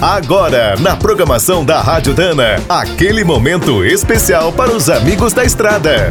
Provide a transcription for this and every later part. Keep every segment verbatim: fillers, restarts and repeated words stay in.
Agora, na programação da Rádio Dana, aquele momento especial para os amigos da estrada.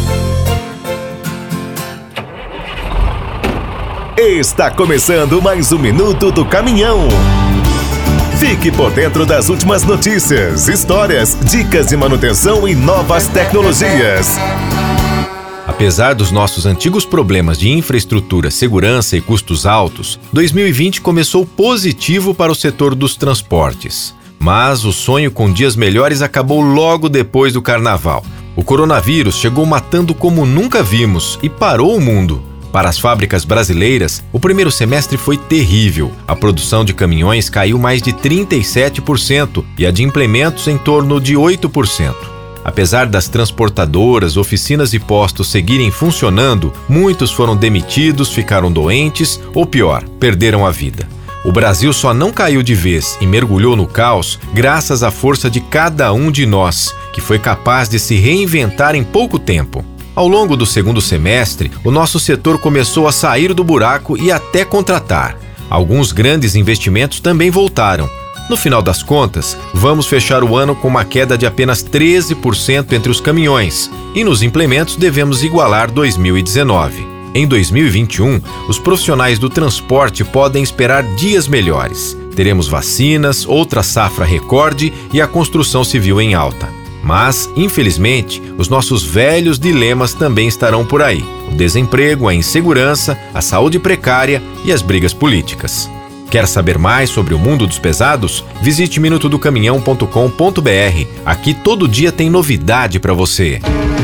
Está começando mais um Minuto do Caminhão. Fique por dentro das últimas notícias, histórias, dicas de manutenção e novas tecnologias. Apesar dos nossos antigos problemas de infraestrutura, segurança e custos altos, dois mil e vinte começou positivo para o setor dos transportes. Mas o sonho com dias melhores acabou logo depois do carnaval. O coronavírus chegou matando como nunca vimos e parou o mundo. Para as fábricas brasileiras, o primeiro semestre foi terrível. A produção de caminhões caiu mais de trinta e sete por cento e a de implementos em torno de oito por cento. Apesar das transportadoras, oficinas e postos seguirem funcionando, muitos foram demitidos, ficaram doentes ou, pior, perderam a vida. O Brasil só não caiu de vez e mergulhou no caos graças à força de cada um de nós, que foi capaz de se reinventar em pouco tempo. Ao longo do segundo semestre, o nosso setor começou a sair do buraco e até contratar. Alguns grandes investimentos também voltaram. No final das contas, vamos fechar o ano com uma queda de apenas treze por cento entre os caminhões e nos implementos devemos igualar dois mil e dezenove. Em dois mil e vinte e um, os profissionais do transporte podem esperar dias melhores. Teremos vacinas, outra safra recorde e a construção civil em alta. Mas, infelizmente, os nossos velhos dilemas também estarão por aí. O desemprego, a insegurança, a saúde precária e as brigas políticas. Quer saber mais sobre o mundo dos pesados? Visite minuto do caminhão ponto com ponto b r. Aqui todo dia tem novidade para você.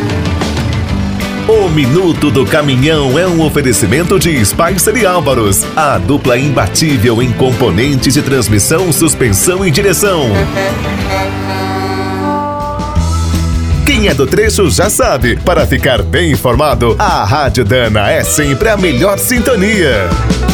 O Minuto do Caminhão é um oferecimento de Spicer e Álvaros, a dupla imbatível em componentes de transmissão, suspensão e direção. Quem é do trecho já sabe, para ficar bem informado, a Rádio Dana é sempre a melhor sintonia.